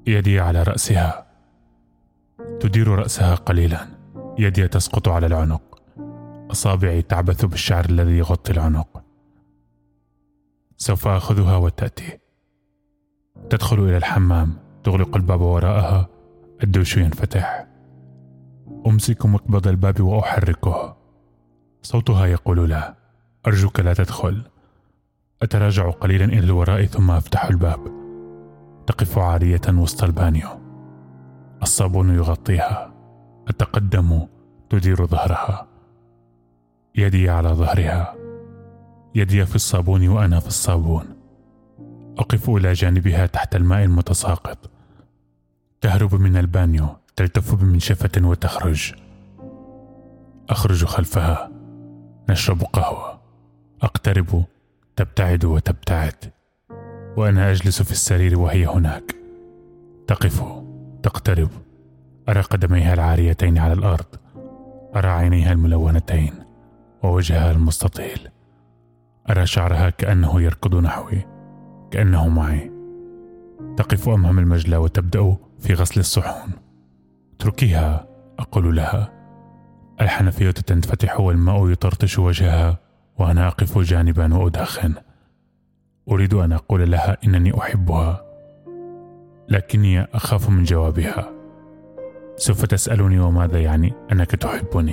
يدي على رأسها، تدير رأسها قليلا، يدي تسقط على العنق، أصابعي تعبث بالشعر الذي يغطي العنق. سوف أخذها وتأتي. تدخل إلى الحمام، تغلق الباب وراءها، الدوش ينفتح. أمسك مقبض الباب وأحركه. صوتها يقول لا، أرجوك لا تدخل. أتراجع قليلا إلى الوراء ثم أفتح الباب. تقف عارية وسط البانيو، الصابون يغطيها. أتقدم، تدير ظهرها، يدي على ظهرها، يدي في الصابون وأنا في الصابون. أقف إلى جانبها تحت الماء المتساقط. تهرب من البانيو، تلتف بمنشفة وتخرج. أخرج خلفها، نشرب قهوة. أقترب، تبتعد وتبتعد، وأنا أجلس في السرير وهي هناك. تقف، تقترب. أرى قدميها العاريتين على الأرض، أرى عينيها الملونتين ووجهها المستطيل. أرى شعرها كأنه يركض نحوي، كأنه معي. تقف أمام المجلى وتبدأ في غسل الصحون. اتركيها، أقول لها. الحنفية تنفتح والماء يطرطش وجهها وأنا أقف جانبا وأدخن. أريد أن أقول لها إنني أحبها، لكني أخاف من جوابها. سوف تسألني وماذا يعني أنك تحبني؟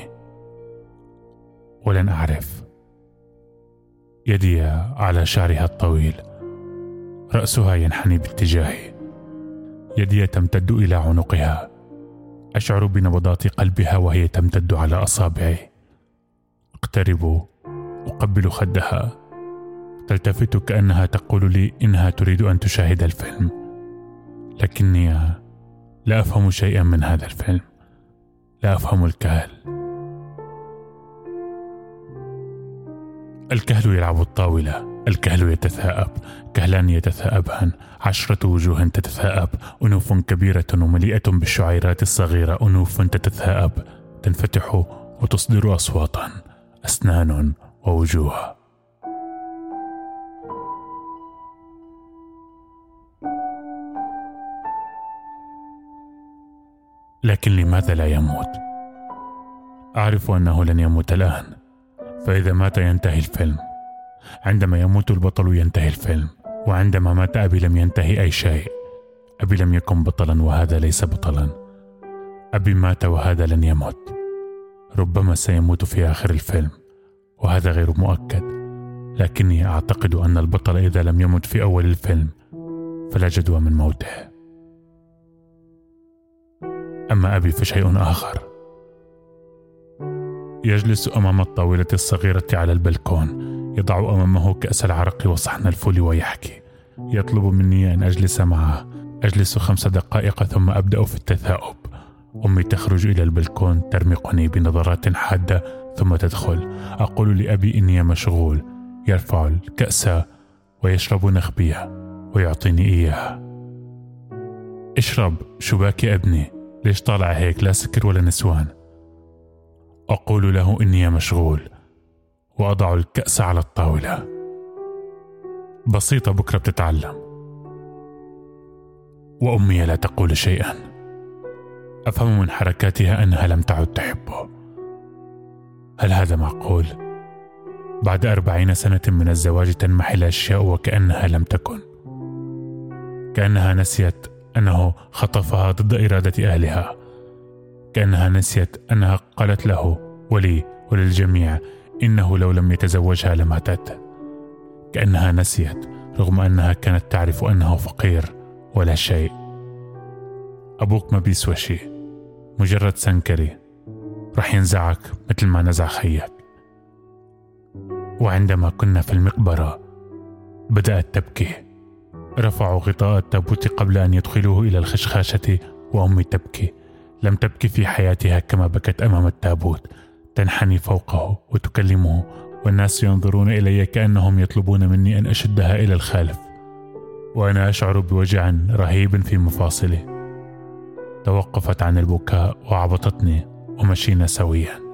ولن أعرف. يدي على شعرها الطويل، رأسها ينحني باتجاهي. يدي تمتد إلى عنقها، أشعر بنبضات قلبها وهي تمتد على أصابعي. أقترب، أقبل خدها. تلتفت كأنها تقول لي إنها تريد أن تشاهد الفيلم، لكني لا أفهم شيئا من هذا الفيلم. لا أفهم الكهل. الكهل يلعب الطاولة، الكهل يتثاءب، كهلان يتثاءبان، 10 وجوه تتثاءب، أنوف كبيرة ومليئة بالشعيرات الصغيرة، أنوف تتثاءب، تنفتح وتصدر أصواتا، أسنان ووجوه. لكن لماذا لا يموت؟ أعرف أنه لن يموت الآن، فإذا مات ينتهي الفيلم. عندما يموت البطل ينتهي الفيلم، وعندما مات أبي لم ينتهي أي شيء. أبي لم يكن بطلا وهذا ليس بطلا. أبي مات وهذا لن يموت. ربما سيموت في آخر الفيلم وهذا غير مؤكد، لكني أعتقد أن البطل إذا لم يمت في أول الفيلم فلا جدوى من موته. أما أبي فشيء آخر. يجلس أمام الطاولة الصغيرة على البلكون، يضع أمامه كأس العرق وصحن الفول ويحكي. يطلب مني أن أجلس معه. أجلس 5 دقائق ثم أبدأ في التثاؤب. أمي تخرج إلى البلكون، ترمقني بنظرات حادة ثم تدخل. أقول لأبي إني مشغول. يرفع الكأس ويشرب نخبية ويعطيني إياها. اشرب، شباك يا ابني، ليش طالع هيك؟ لا سكر ولا نسوان. أقول له إني مشغول وأضع الكأس على الطاولة. بسيطة، بكرة بتتعلم. وأمي لا تقول شيئا. أفهم من حركاتها أنها لم تعد تحبه. هل هذا معقول؟ بعد 40 سنة من الزواج تنمحي الأشياء وكأنها لم تكن، كأنها نسيت أنه خطفها ضد إرادة أهلها، كأنها نسيت أنها قالت له ولي وللجميع إنه لو لم يتزوجها لماتت. كأنها نسيت رغم أنها كانت تعرف أنه فقير ولا شيء. أبوك ما بيسوى شيء، مجرد سنكري رح ينزعك مثل ما نزع خيك. وعندما كنا في المقبرة بدأت تبكي. رفعوا غطاء التابوت قبل أن يدخلوه إلى الخشخاشة وأمي تبكي. لم تبكي في حياتها كما بكت أمام التابوت. تنحني فوقه وتكلمه والناس ينظرون إلي كأنهم يطلبون مني أن أشدها إلى الخلف، وأنا أشعر بوجع رهيب في مفاصلي. توقفت عن البكاء وعبطتني ومشينا سويا.